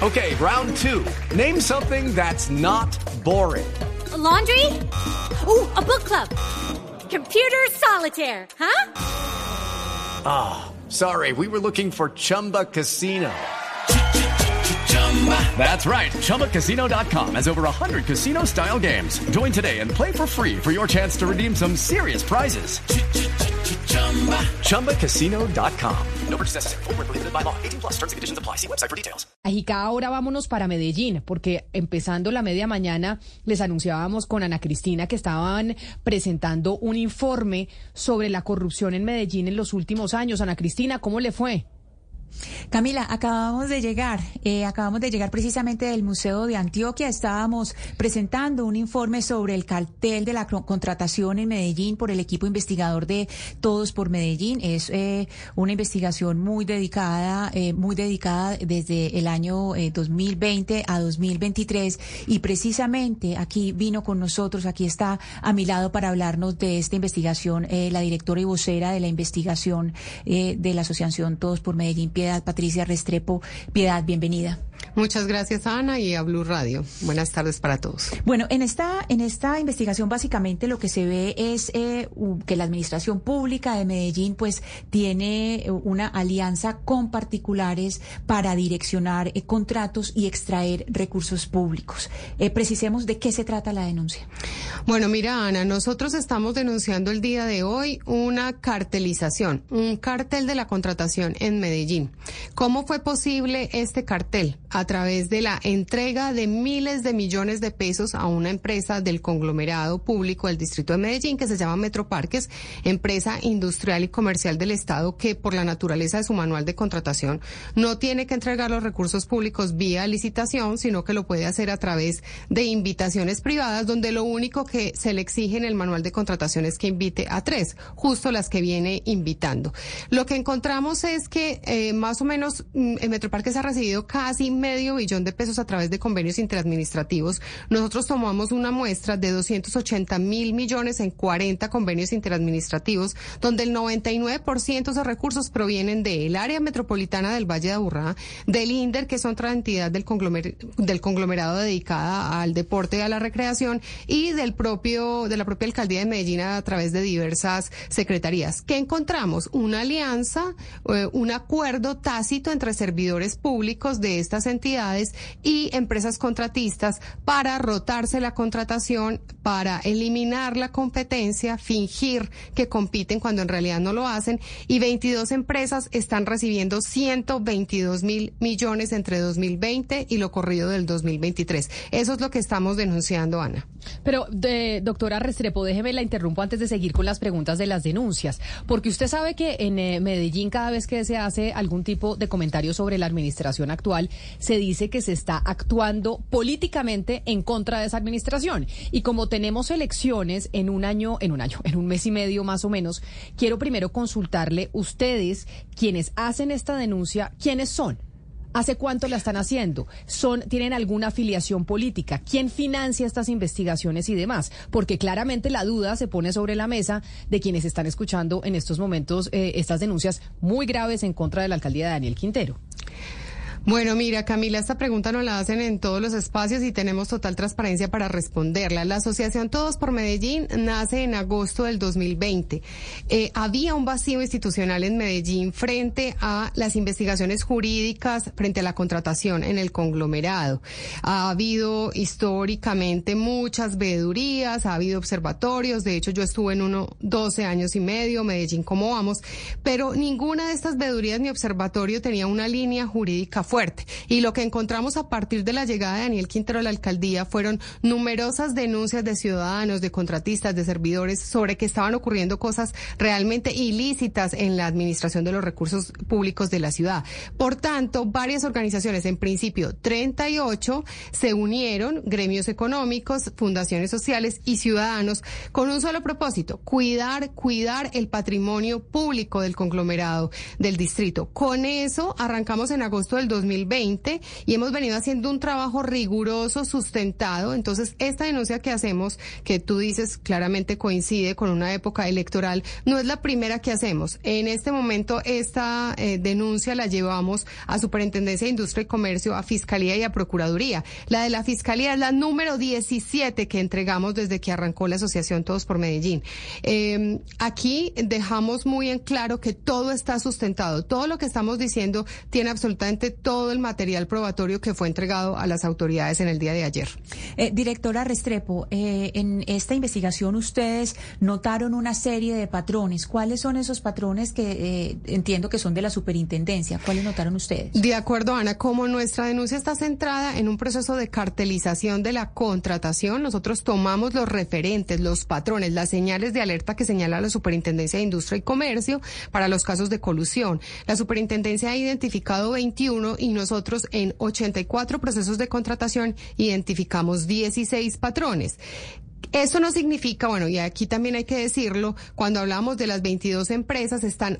Okay, round two. Name something that's not boring. A laundry? Ooh, a book club. Computer solitaire, huh? Ah, sorry, we were looking for Chumba Casino. That's right, ChumbaCasino.com has over 100 casino-style games. Join today and play for free for your chance to redeem some serious prizes. ChumbaCasino.com. No purchase necessary. Void where prohibited by law. 18+ terms and conditions apply. See website for details. Ajica, ahora vámonos para Medellín, porque empezando la media mañana les anunciábamos con Ana Cristina que estaban presentando un informe sobre la corrupción en Medellín en los últimos años. Ana Cristina, ¿cómo le fue? Camila, acabamos de llegar precisamente del Museo de Antioquia. Estábamos presentando un informe sobre el cartel de la contratación en Medellín por el equipo investigador de Todos por Medellín. Es una investigación muy dedicada desde el año 2020 a 2023, y precisamente aquí vino con nosotros, aquí está a mi lado para hablarnos de esta investigación la directora y vocera de la investigación de la Asociación Todos por Medellín, Piedad Patricia Restrepo. Piedad, bienvenida. Muchas gracias, Ana, y a Blue Radio. Buenas tardes para todos. Bueno, en esta investigación básicamente lo que se ve es que la administración pública de Medellín pues tiene una alianza con particulares para direccionar contratos y extraer recursos públicos. Precisemos de qué se trata la denuncia. Bueno, mira, Ana, nosotros estamos denunciando el día de hoy una cartelización, un cartel de la contratación en Medellín. ¿Cómo fue posible este cartel? A través de la entrega de miles de millones de pesos a una empresa del conglomerado público del Distrito de Medellín que se llama Metroparques, empresa industrial y comercial del Estado que por la naturaleza de su manual de contratación no tiene que entregar los recursos públicos vía licitación, sino que lo puede hacer a través de invitaciones privadas, donde lo único que se le exige en el manual de contratación es que invite a 3, justo las que viene invitando. Lo que encontramos es que más o menos Metroparques ha recibido casi $500 million de pesos a través de convenios interadministrativos. Nosotros tomamos una muestra de 280.000 millones en 40 convenios interadministrativos, donde el 99% de esos recursos provienen del área metropolitana del Valle de Aburrá, del INDER, que es otra entidad del conglomerado dedicada al deporte y a la recreación, y de la propia alcaldía de Medellín a través de diversas secretarías. ¿Qué encontramos? Una alianza, un acuerdo tácito entre servidores públicos de estas entidades y empresas contratistas para rotarse la contratación, para eliminar la competencia, fingir que compiten cuando en realidad no lo hacen, y 22 empresas están recibiendo 122.000 millones entre 2020 y lo corrido del 2023. Eso es lo que estamos denunciando, Ana. Pero, doctora Restrepo, déjeme la interrumpo antes de seguir con las preguntas de las denuncias, porque usted sabe que en Medellín cada vez que se hace algún tipo de comentario sobre la administración actual, se dice que se está actuando políticamente en contra de esa administración. Y como tenemos elecciones en un mes y medio más o menos, quiero primero consultarle, ustedes, quienes hacen esta denuncia, ¿quiénes son? ¿Hace cuánto la están haciendo? ¿Tienen alguna afiliación política? ¿Quién financia estas investigaciones y demás? Porque claramente la duda se pone sobre la mesa de quienes están escuchando en estos momentos estas denuncias muy graves en contra de la alcaldía de Daniel Quintero. Bueno, mira, Camila, esta pregunta nos la hacen en todos los espacios y tenemos total transparencia para responderla. La Asociación Todos por Medellín nace en agosto del 2020. Había un vacío institucional en Medellín frente a las investigaciones jurídicas, frente a la contratación en el conglomerado. Ha habido históricamente muchas veedurías, ha habido observatorios. De hecho, yo estuve en uno 12 años y medio, Medellín ¿Cómo Vamos? Pero ninguna de estas veedurías ni observatorio tenía una línea jurídica fuerte. Y lo que encontramos a partir de la llegada de Daniel Quintero a la alcaldía fueron numerosas denuncias de ciudadanos, de contratistas, de servidores sobre que estaban ocurriendo cosas realmente ilícitas en la administración de los recursos públicos de la ciudad. Por tanto, varias organizaciones, en principio 38, se unieron, gremios económicos, fundaciones sociales y ciudadanos, con un solo propósito: cuidar el patrimonio público del conglomerado del distrito. Con eso arrancamos en agosto del 2020 2020 y hemos venido haciendo un trabajo riguroso, sustentado. Entonces, esta denuncia que hacemos, que tú dices claramente coincide con una época electoral, no es la primera que hacemos. En este momento, esta denuncia la llevamos a Superintendencia de Industria y Comercio, a Fiscalía y a Procuraduría. La de la Fiscalía es la número 17 que entregamos desde que arrancó la asociación Todos por Medellín. Aquí dejamos muy en claro que todo está sustentado. Todo lo que estamos diciendo tiene absolutamente todo el material probatorio que fue entregado a las autoridades en el día de ayer. Directora Restrepo, en esta investigación ustedes notaron una serie de patrones. ¿Cuáles son esos patrones que entiendo que son de la superintendencia? ¿Cuáles notaron ustedes? De acuerdo, Ana, como nuestra denuncia está centrada en un proceso de cartelización de la contratación, nosotros tomamos los referentes, los patrones, las señales de alerta que señala la Superintendencia de Industria y Comercio para los casos de colusión. La Superintendencia ha identificado 21 y nosotros en 84 procesos de contratación identificamos 16 patrones. Eso no significa, bueno, y aquí también hay que decirlo, cuando hablamos de las 22 empresas, están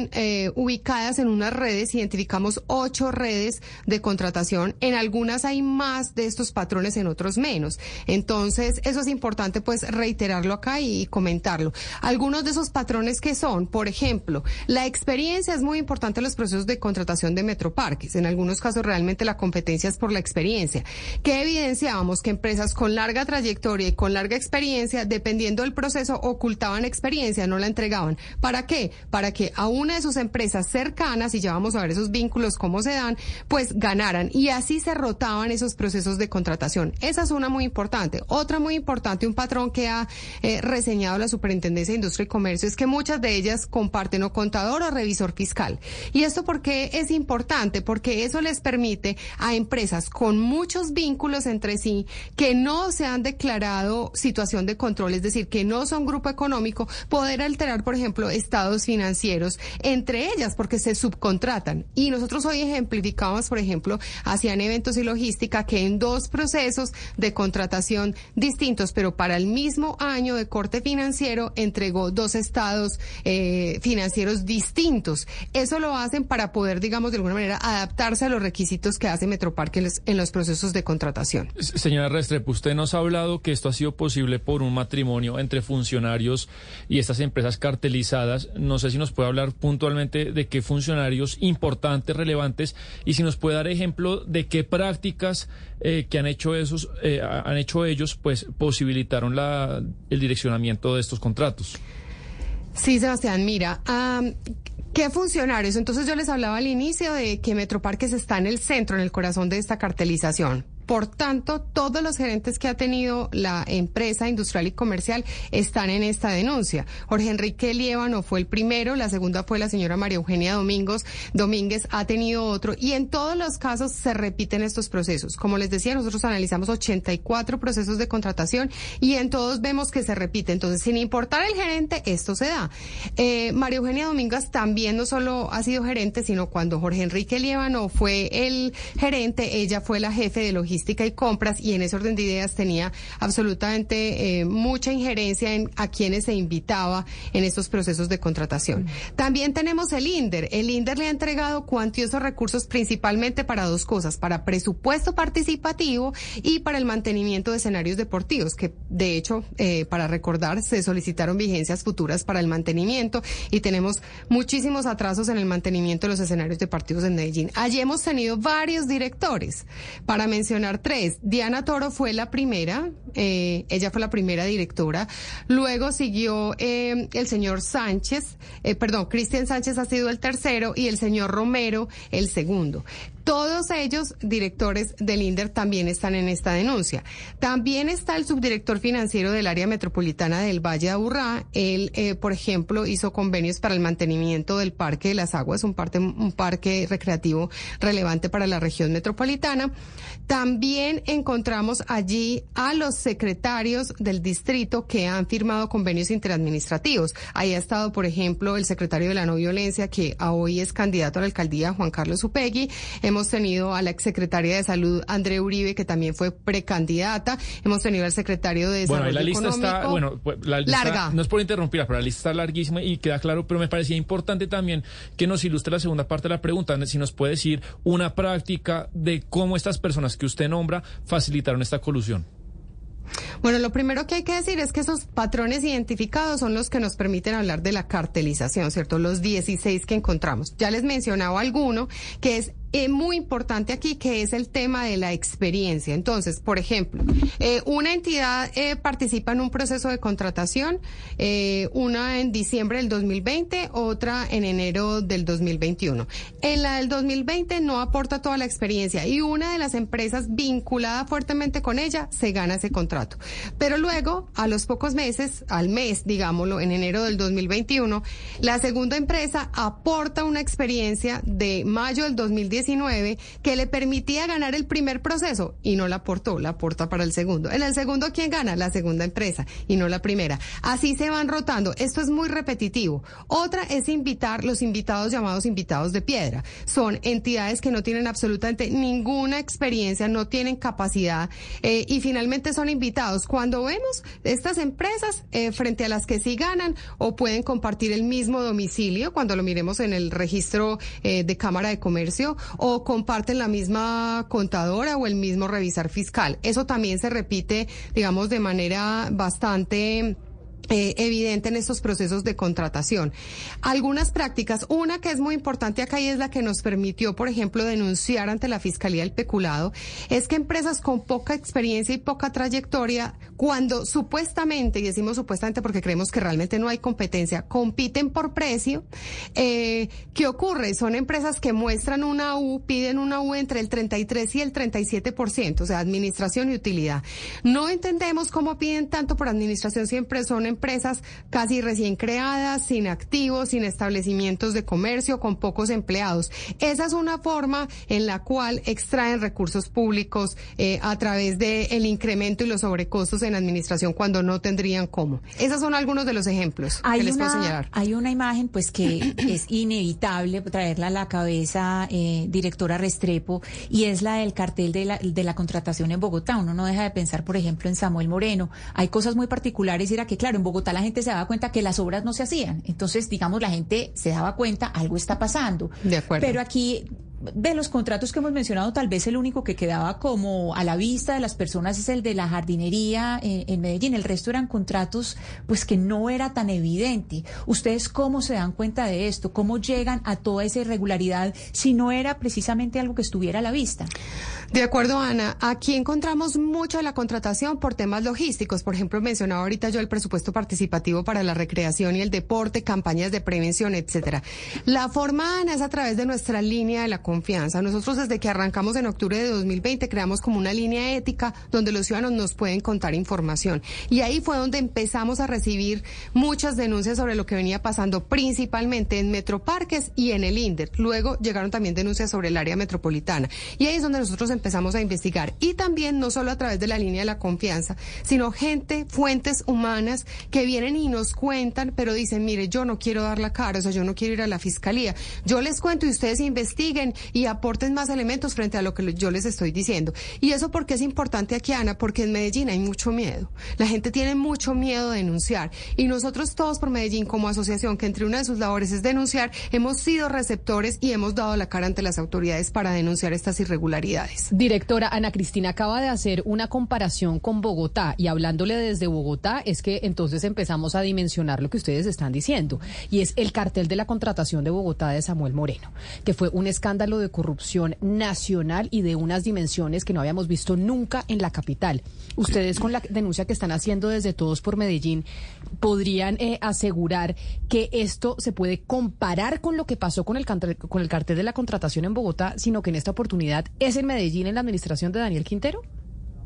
ubicadas en unas redes, identificamos 8 redes de contratación, en algunas hay más de estos patrones, en otros menos. Entonces, eso es importante pues reiterarlo acá y comentarlo. Algunos de esos patrones que son, por ejemplo, la experiencia es muy importante en los procesos de contratación de Metroparques. En algunos casos realmente la competencia es por la experiencia. ¿Qué evidenciábamos? Que empresas con larga trayectoria y con larga experiencia, dependiendo del proceso, ocultaban experiencia, no la entregaban. ¿Para qué? Para que a una de sus empresas cercanas, y ya vamos a ver esos vínculos cómo se dan, pues ganaran. Y así se rotaban esos procesos de contratación. Esa es una muy importante. Otra muy importante, un patrón que ha reseñado la Superintendencia de Industria y Comercio, es que muchas de ellas comparten o contador o revisor fiscal. ¿Y esto por qué es importante? Porque eso les permite a empresas con muchos vínculos entre sí, que no se han declarado situación de control, es decir, que no son grupo económico, poder alterar, por ejemplo, estados financieros entre ellas, porque se subcontratan. Y nosotros hoy ejemplificamos, por ejemplo, hacían eventos y logística que en 2 procesos de contratación distintos, pero para el mismo año de corte financiero, entregó 2 estados financieros distintos. Eso lo hacen para poder, digamos, de alguna manera adaptarse a los requisitos que hace Metroparque en los procesos de contratación. Señora Restrepo, usted nos ha hablado que esto ha sido posible por un matrimonio entre funcionarios y estas empresas cartelizadas. No sé si nos puede hablar puntualmente de qué funcionarios importantes, relevantes, y si nos puede dar ejemplo de qué prácticas que han hecho ellos, pues posibilitaron el direccionamiento de estos contratos. Sí, Sebastián, mira, ¿qué funcionarios? Entonces yo les hablaba al inicio de que Metroparques está en el centro, en el corazón de esta cartelización. Por tanto, todos los gerentes que ha tenido la empresa industrial y comercial están en esta denuncia. Jorge Enrique Liévano fue el primero, la segunda fue la señora María Eugenia Domínguez ha tenido otro, y en todos los casos se repiten estos procesos. Como les decía, nosotros analizamos 84 procesos de contratación y en todos vemos que se repite. Entonces, sin importar el gerente, esto se da. María Eugenia Domínguez también no solo ha sido gerente, sino cuando Jorge Enrique Liévano fue el gerente, ella fue la jefe de logística y compras, y en ese orden de ideas tenía absolutamente mucha injerencia en a quienes se invitaba en estos procesos de contratación. También tenemos el INDER. El INDER le ha entregado cuantiosos recursos principalmente para 2 cosas, para presupuesto participativo y para el mantenimiento de escenarios deportivos, que de hecho, para recordar, se solicitaron vigencias futuras para el mantenimiento y tenemos muchísimos atrasos en el mantenimiento de los escenarios deportivos en Medellín. Allí hemos tenido varios directores, para mencionar 3. Diana Toro fue la primera, ella fue la primera directora. Luego siguió el señor Cristian Sánchez ha sido el tercero y el señor Romero el segundo. Todos ellos, directores del INDER, también están en esta denuncia. También está el subdirector financiero del área metropolitana del Valle de Aburrá. Él, por ejemplo, hizo convenios para el mantenimiento del Parque de las Aguas, un parque recreativo relevante para la región metropolitana. También encontramos allí a los secretarios del distrito que han firmado convenios interadministrativos. Ahí ha estado, por ejemplo, el secretario de la no violencia, que hoy es candidato a la alcaldía, Juan Carlos Upegui. hemos tenido a la exsecretaria de Salud, Andrea Uribe, que también fue precandidata, hemos tenido al secretario de Desarrollo la lista Económico. La lista, larga. No es por interrumpirla, pero la lista está larguísima y queda claro, pero me parecía importante también que nos ilustre la segunda parte de la pregunta, si nos puede decir una práctica de cómo estas personas que usted nombra facilitaron esta colusión. Bueno, lo primero que hay que decir es que esos patrones identificados son los que nos permiten hablar de la cartelización, ¿cierto? Los 16 que encontramos. Ya les mencionaba alguno que es muy importante aquí, que es el tema de la experiencia. Entonces, por ejemplo, una entidad participa en un proceso de contratación, una en diciembre del 2020, otra en enero del 2021. En la del 2020 no aporta toda la experiencia y una de las empresas vinculada fuertemente con ella se gana ese contrato. Pero luego, a los pocos meses, al mes, digámoslo, en enero del 2021, la segunda empresa aporta una experiencia de mayo del 2019 que le permitía ganar el primer proceso y no la aportó, la aporta para el segundo. En el segundo, ¿quién gana? La segunda empresa y no la primera. Así se van rotando. Esto es muy repetitivo. Otra es invitar los invitados llamados invitados de piedra. Son entidades que no tienen absolutamente ninguna experiencia, no tienen capacidad y finalmente son invitados. Cuando vemos estas empresas frente a las que sí ganan o pueden compartir el mismo domicilio, cuando lo miremos en el registro de Cámara de Comercio, o comparten la misma contadora o el mismo revisor fiscal. Eso también se repite, digamos, de manera bastante evidente en estos procesos de contratación. Algunas prácticas, una que es muy importante acá y es la que nos permitió, por ejemplo, denunciar ante la Fiscalía el peculado, es que empresas con poca experiencia y poca trayectoria, cuando supuestamente, y decimos supuestamente porque creemos que realmente no hay competencia, compiten por precio, ¿qué ocurre? Son empresas que muestran una U, piden una U entre el 33 y el 37%, o sea, administración y utilidad. No entendemos cómo piden tanto por administración, siempre son empresas casi recién creadas, sin activos, sin establecimientos de comercio, con pocos empleados. Esa es una forma en la cual extraen recursos públicos a través del incremento y los sobrecostos en administración cuando no tendrían cómo. Esos son algunos de los ejemplos que les puedo señalar. Hay una imagen pues que es inevitable traerla a la cabeza, directora Restrepo, y es la del cartel de la contratación en Bogotá. Uno no deja de pensar, por ejemplo, en Samuel Moreno. Hay cosas muy particulares y era que, claro, en Bogotá la gente se daba cuenta que las obras no se hacían. Entonces, digamos, la gente se daba cuenta, algo está pasando. De acuerdo. Pero aquí, de los contratos que hemos mencionado, tal vez el único que quedaba como a la vista de las personas es el de la jardinería en Medellín. El resto eran contratos pues que no era tan evidente. ¿Ustedes cómo se dan cuenta de esto? ¿Cómo llegan a toda esa irregularidad si no era precisamente algo que estuviera a la vista? De acuerdo, Ana. Aquí encontramos mucho de la contratación por temas logísticos. Por ejemplo, mencionaba ahorita yo el presupuesto participativo para la recreación y el deporte, campañas de prevención, etcétera. La forma, Ana, es a través de nuestra línea de la confianza. Nosotros desde que arrancamos en octubre de 2020 creamos como una línea ética donde los ciudadanos nos pueden contar información. Y ahí fue donde empezamos a recibir muchas denuncias sobre lo que venía pasando principalmente en Metroparques y en el INDER. Luego llegaron también denuncias sobre el área metropolitana. Y ahí es donde nosotros empezamos a investigar. Y también no solo a través de la línea de la confianza, sino gente, fuentes humanas que vienen y nos cuentan, pero dicen, mire, yo no quiero dar la cara, o sea, yo no quiero ir a la fiscalía. Yo les cuento y ustedes investiguen y aporten más elementos frente a lo que yo les estoy diciendo. Y eso porque es importante aquí, Ana, porque en Medellín hay mucho miedo. La gente tiene mucho miedo de denunciar. Y nosotros todos por Medellín como asociación, que entre una de sus labores es denunciar, hemos sido receptores y hemos dado la cara ante las autoridades para denunciar estas irregularidades. Directora, Ana Cristina acaba de hacer una comparación con Bogotá y hablándole desde Bogotá es que entonces empezamos a dimensionar lo que ustedes están diciendo y es el cartel de la contratación de Bogotá de Samuel Moreno, que fue un escándalo de corrupción nacional y de unas dimensiones que no habíamos visto nunca en la capital. Ustedes con la denuncia que están haciendo desde Todos por Medellín podrían asegurar que esto se puede comparar con lo que pasó con el cartel de la contratación en Bogotá, sino que en esta oportunidad es en Medellín, en la administración de Daniel Quintero.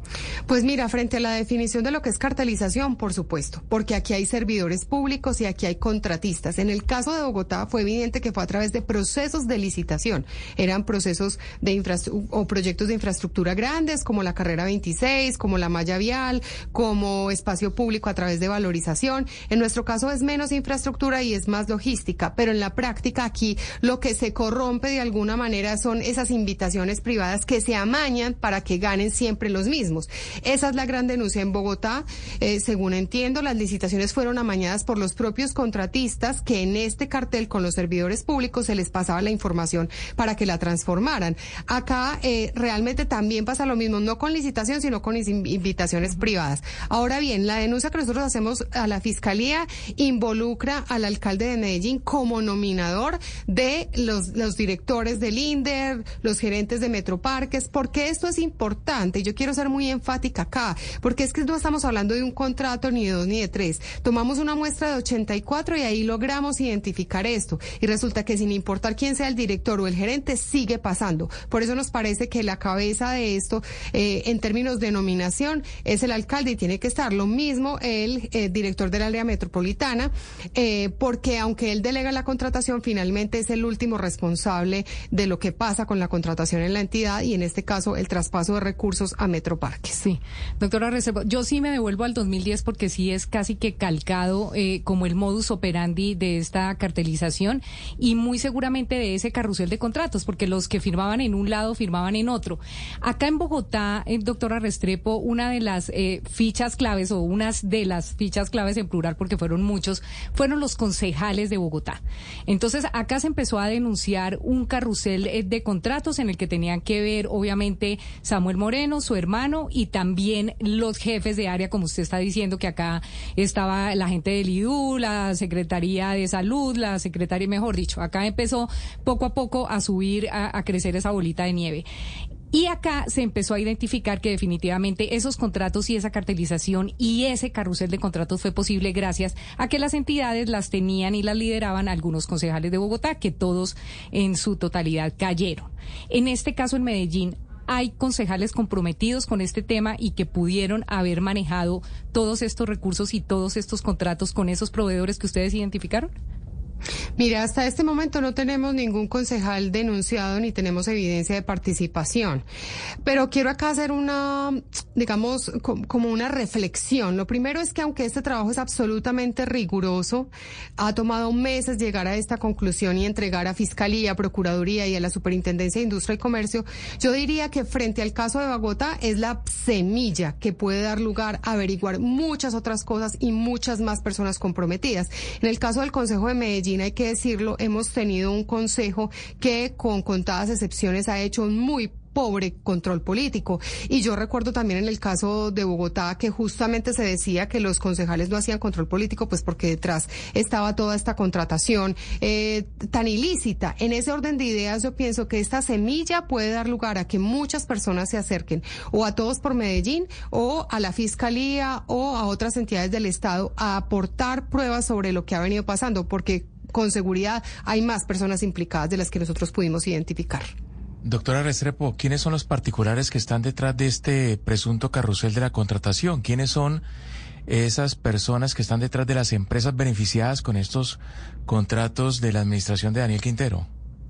Pues mira, frente a la definición de lo que es cartelización, por supuesto, porque aquí hay servidores públicos y aquí hay contratistas. En el caso de Bogotá fue evidente que fue a través de procesos de licitación. Eran procesos de o proyectos de infraestructura grandes, como la carrera 26, como la malla vial, como espacio público a través de valorización. En nuestro caso es menos infraestructura y es más logística, pero en la práctica aquí lo que se corrompe de alguna manera son esas invitaciones privadas que se amañan para que ganen siempre los mismos. Esa es la gran denuncia en Bogotá. Según entiendo, las licitaciones fueron amañadas por los propios contratistas que en este cartel con los servidores públicos se les pasaba la información para que la transformaran. Acá realmente también pasa lo mismo, no con licitación, sino con invitaciones privadas. Ahora bien, la denuncia que nosotros hacemos a la Fiscalía involucra al alcalde de Medellín como nominador de los directores del INDER, los gerentes de Metroparques, porque esto es importante. Yo quiero ser muy enfática acá, porque es que no estamos hablando de un contrato ni de 2 ni de 3. Tomamos una muestra de 84 y ahí logramos identificar esto. Y resulta que sin importar quién sea el director o el gerente, sigue pasando. Por eso nos parece que la cabeza de esto, en términos de nominación, es el alcalde y tiene que estar. Lo mismo el director del área metropolitana, porque aunque él delega la contratación, finalmente es el último responsable de lo que pasa con la contratación en la entidad y en este caso el traspaso de recursos a Metroparques. Sí, doctora Restrepo, yo sí me devuelvo al 2010 porque sí es casi que calcado como el modus operandi de esta cartelización y muy seguramente de ese carrusel de contratos, porque los que firmaban en un lado firmaban en otro. Acá en Bogotá, doctora Restrepo, una de las fichas claves o unas de las fichas claves en plural, porque fueron muchos, fueron los concejales de Bogotá. Entonces, acá se empezó a denunciar un carrusel de contratos en el que tenían que ver, obviamente, Samuel Moreno, su hermano, y también los jefes de área, como usted está diciendo, que acá estaba la gente del IDU, la Secretaría de Salud, la Secretaría, mejor dicho, acá empezó poco a poco a subir, a crecer esa bolita de nieve. Y acá se empezó a identificar que definitivamente esos contratos y esa cartelización y ese carrusel de contratos fue posible gracias a que las entidades las tenían y las lideraban algunos concejales de Bogotá, que todos en su totalidad cayeron. En este caso en Medellín, ¿hay concejales comprometidos con este tema y que pudieron haber manejado todos estos recursos y todos estos contratos con esos proveedores que ustedes identificaron? Mira, hasta este momento no tenemos ningún concejal denunciado ni tenemos evidencia de participación. Pero quiero acá hacer una, digamos, como una reflexión. Lo primero es que aunque este trabajo es absolutamente riguroso, ha tomado meses llegar a esta conclusión y entregar a Fiscalía, Procuraduría y a la Superintendencia de Industria y Comercio, yo diría que frente al caso de Bogotá es la semilla que puede dar lugar a averiguar muchas otras cosas y muchas más personas comprometidas. En el caso del Consejo de Medellín, hay que decirlo, hemos tenido un consejo que con contadas excepciones ha hecho un muy pobre control político. Y yo recuerdo también en el caso de Bogotá que justamente se decía que los concejales no hacían control político pues porque detrás estaba toda esta contratación tan ilícita. En ese orden de ideas yo pienso que esta semilla puede dar lugar a que muchas personas se acerquen o a Todos por Medellín o a la Fiscalía o a otras entidades del Estado a aportar pruebas sobre lo que ha venido pasando, porque con seguridad hay más personas implicadas de las que nosotros pudimos identificar. Doctora Restrepo, ¿quiénes son los particulares que están detrás de este presunto carrusel de la contratación? ¿Quiénes son esas personas que están detrás de las empresas beneficiadas con estos contratos de la administración de Daniel Quintero?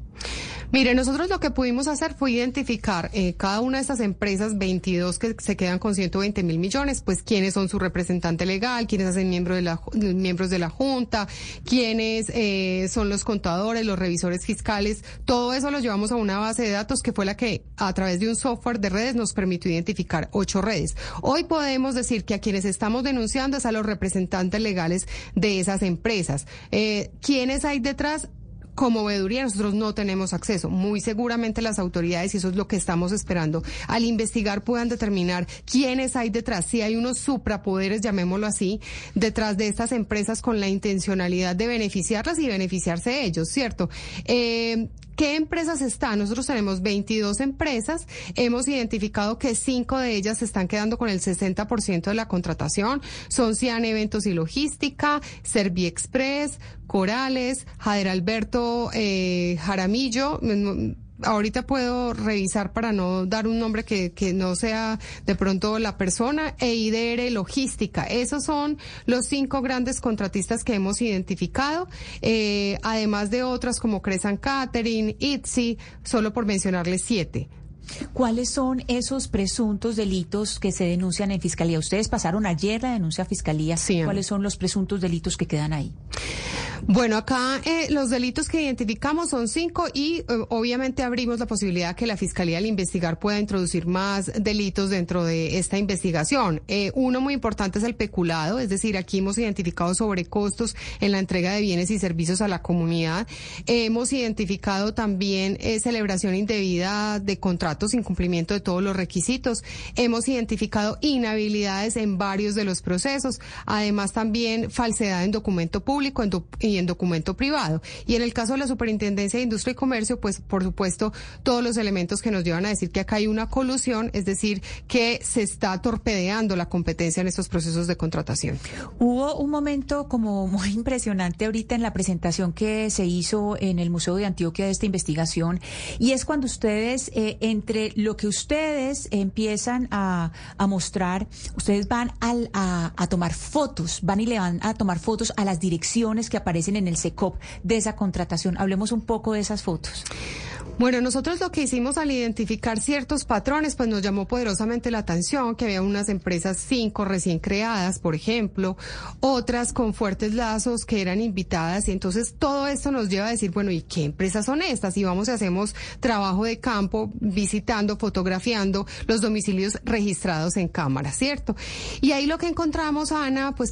Mire, nosotros lo que pudimos hacer fue identificar cada una de estas empresas, 22 que se quedan con 120 mil millones, pues quiénes son su representante legal, quiénes hacen miembros de la Junta, quiénes son los contadores, los revisores fiscales. Todo eso lo llevamos a una base de datos que fue la que a través de un software de redes nos permitió identificar 8 redes. Hoy podemos decir que a quienes estamos denunciando es a los representantes legales de esas empresas. ¿Quiénes hay detrás? Como veeduría nosotros no tenemos acceso. Muy seguramente las autoridades, y eso es lo que estamos esperando, al investigar puedan determinar quiénes hay detrás, si hay unos suprapoderes, llamémoslo así, detrás de estas empresas con la intencionalidad de beneficiarlas y beneficiarse ellos, ¿cierto? ¿Qué empresas están? Nosotros tenemos 22 empresas, hemos identificado que 5 de ellas se están quedando con el 60% de la contratación, son Cian Eventos y Logística, Serviexpress, Corales, Jader Alberto Jaramillo, ahorita puedo revisar para no dar un nombre que no sea de pronto la persona, e IDR Logística. Esos son los 5 grandes contratistas que hemos identificado, además de otras como Crescent Catering, ITSI, solo por mencionarles 7. ¿Cuáles son esos presuntos delitos que se denuncian en Fiscalía? Ustedes pasaron ayer la denuncia a Fiscalía. Sí. ¿Cuáles son los presuntos delitos que quedan ahí? Bueno, acá los delitos que identificamos son 5 y obviamente abrimos la posibilidad que la Fiscalía al investigar pueda introducir más delitos dentro de esta investigación. Uno muy importante es el peculado, es decir, aquí hemos identificado sobrecostos en la entrega de bienes y servicios a la comunidad. Hemos identificado también celebración indebida de contratos sin cumplimiento de todos los requisitos. Hemos identificado inhabilidades en varios de los procesos. Además también falsedad en documento público y en documento privado. Y en el caso de la Superintendencia de Industria y Comercio, pues por supuesto todos los elementos que nos llevan a decir que acá hay una colusión, es decir, que se está torpedeando la competencia en estos procesos de contratación. Hubo un momento como muy impresionante ahorita en la presentación que se hizo en el Museo de Antioquia de esta investigación, y es cuando ustedes, entre lo que ustedes empiezan a mostrar, ustedes van a tomar fotos, van y le van a tomar fotos a las direcciones que aparecen en el SECOP de esa contratación. Hablemos un poco de esas fotos. Bueno, nosotros lo que hicimos al identificar ciertos patrones, pues nos llamó poderosamente la atención que había unas empresas 5 recién creadas, por ejemplo, otras con fuertes lazos que eran invitadas, y entonces todo esto nos lleva a decir, bueno, ¿y qué empresas son estas? Y vamos y hacemos trabajo de campo, visitando, fotografiando los domicilios registrados en cámara, ¿cierto? Y ahí lo que encontramos, Ana, pues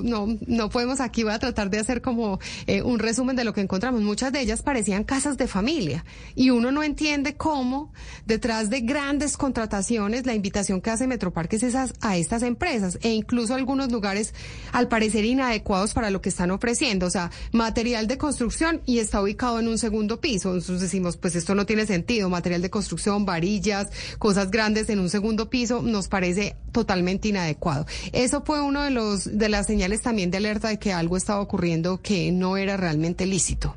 no podemos, aquí voy a tratar de hacer como un resumen de lo que encontramos. Muchas de ellas parecían casas de familia, y uno no entiende cómo detrás de grandes contrataciones la invitación que hace Metroparques es a estas empresas, e incluso algunos lugares al parecer inadecuados para lo que están ofreciendo, o sea, material de construcción y está ubicado en un segundo piso. Entonces decimos, pues esto no tiene sentido, material de construcción, varillas, cosas grandes en un segundo piso, nos parece totalmente inadecuado. Eso fue uno de las señales también de alerta de que algo estaba ocurriendo que no era realmente lícito.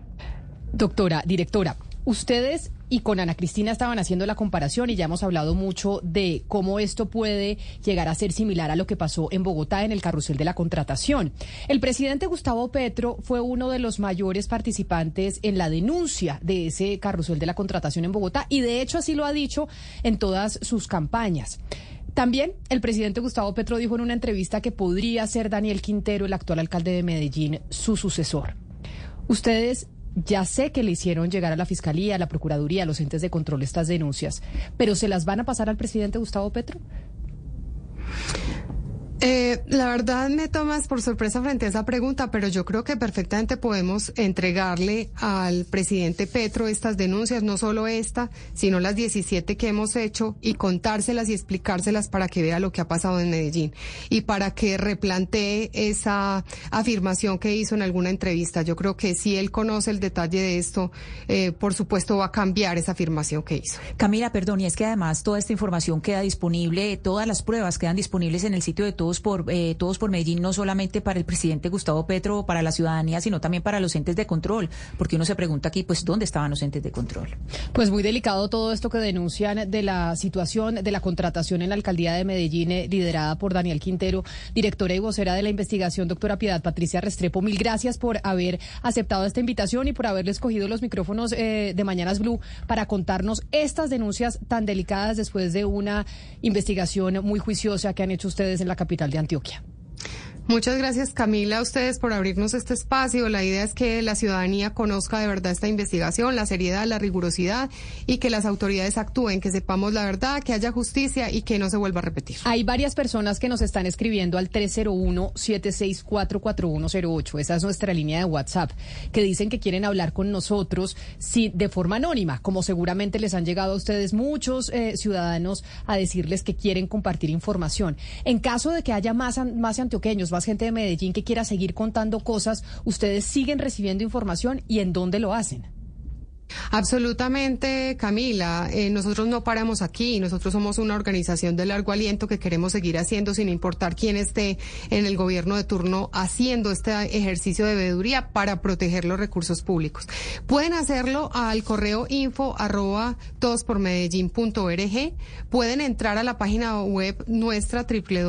Doctora, directora, ustedes y con Ana Cristina estaban haciendo la comparación y ya hemos hablado mucho de cómo esto puede llegar a ser similar a lo que pasó en Bogotá en el carrusel de la contratación. El presidente Gustavo Petro fue uno de los mayores participantes en la denuncia de ese carrusel de la contratación en Bogotá, y de hecho así lo ha dicho en todas sus campañas. También el presidente Gustavo Petro dijo en una entrevista que podría ser Daniel Quintero, el actual alcalde de Medellín, su sucesor. Ustedes ya sé que le hicieron llegar a la Fiscalía, a la Procuraduría, a los entes de control estas denuncias, pero ¿se las van a pasar al presidente Gustavo Petro? La verdad me tomas por sorpresa frente a esa pregunta, pero yo creo que perfectamente podemos entregarle al presidente Petro estas denuncias, no solo esta, sino las 17 que hemos hecho, y contárselas y explicárselas para que vea lo que ha pasado en Medellín y para que replantee esa afirmación que hizo en alguna entrevista. Yo creo que si él conoce el detalle de esto, por supuesto va a cambiar esa afirmación que hizo. Camila, perdón, y es que además toda esta información queda disponible, todas las pruebas quedan disponibles en el sitio de Todos por Medellín, no solamente para el presidente Gustavo Petro o para la ciudadanía, sino también para los entes de control, porque uno se pregunta aquí, pues, ¿dónde estaban los entes de control? Pues muy delicado todo esto que denuncian de la situación de la contratación en la alcaldía de Medellín, liderada por Daniel Quintero, directora y vocera de la investigación. Doctora Piedad Patricia Restrepo, mil gracias por haber aceptado esta invitación y por haberle escogido los micrófonos de Mañanas Blue para contarnos estas denuncias tan delicadas después de una investigación muy juiciosa que han hecho ustedes en la capital de Antioquia. Muchas gracias, Camila, a ustedes por abrirnos este espacio. La idea es que la ciudadanía conozca de verdad esta investigación, la seriedad, la rigurosidad, y que las autoridades actúen, que sepamos la verdad, que haya justicia y que no se vuelva a repetir. Hay varias personas que nos están escribiendo al 301-764-4108. Esa es nuestra línea de WhatsApp, que dicen que quieren hablar con nosotros de forma anónima, como seguramente les han llegado a ustedes muchos ciudadanos a decirles que quieren compartir información. En caso de que haya más antioqueños, más gente de Medellín que quiera seguir contando cosas, ¿ustedes siguen recibiendo información y en dónde lo hacen? Absolutamente, Camila. Nosotros no paramos aquí. Nosotros somos una organización de largo aliento que queremos seguir haciendo sin importar quién esté en el gobierno de turno haciendo este ejercicio de veeduría para proteger los recursos públicos. Pueden hacerlo al correo info@todospormedellin.org. Pueden entrar a la página web nuestra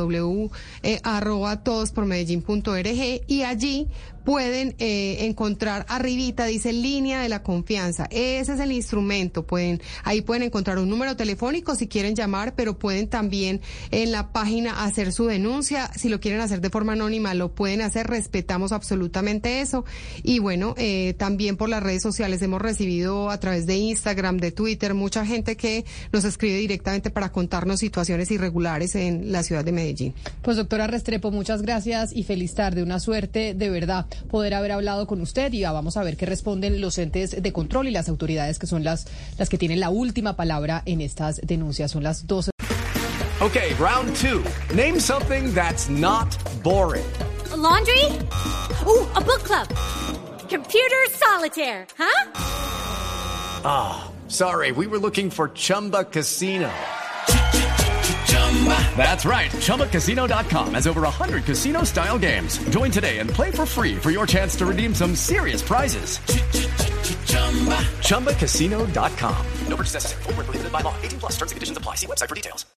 www.todospormedellin.org y allí pueden encontrar arribita, dice línea de la confianza. Ese es el instrumento. Ahí pueden encontrar un número telefónico si quieren llamar, pero pueden también en la página hacer su denuncia. Si lo quieren hacer de forma anónima, lo pueden hacer. Respetamos absolutamente eso. Y bueno, también por las redes sociales hemos recibido a través de Instagram, de Twitter, mucha gente que nos escribe directamente para contarnos situaciones irregulares en la ciudad de Medellín. Pues doctora Restrepo, muchas gracias y feliz tarde. Una suerte de verdad poder haber hablado con usted y vamos a ver qué responden los entes de control y las autoridades que son las que tienen la última palabra en estas denuncias. Son las 12. Okay, round two. Name something that's not boring. A laundry? Ooh, a book club. Computer solitaire, huh? Sorry, we were looking for Chumba Casino. That's right. ChumbaCasino.com has over 100 casino-style games. Join today and play for free for your chance to redeem some serious prizes. ChumbaCasino.com. No purchase necessary. Void where prohibited by law. 18+ terms and conditions apply. See website for details.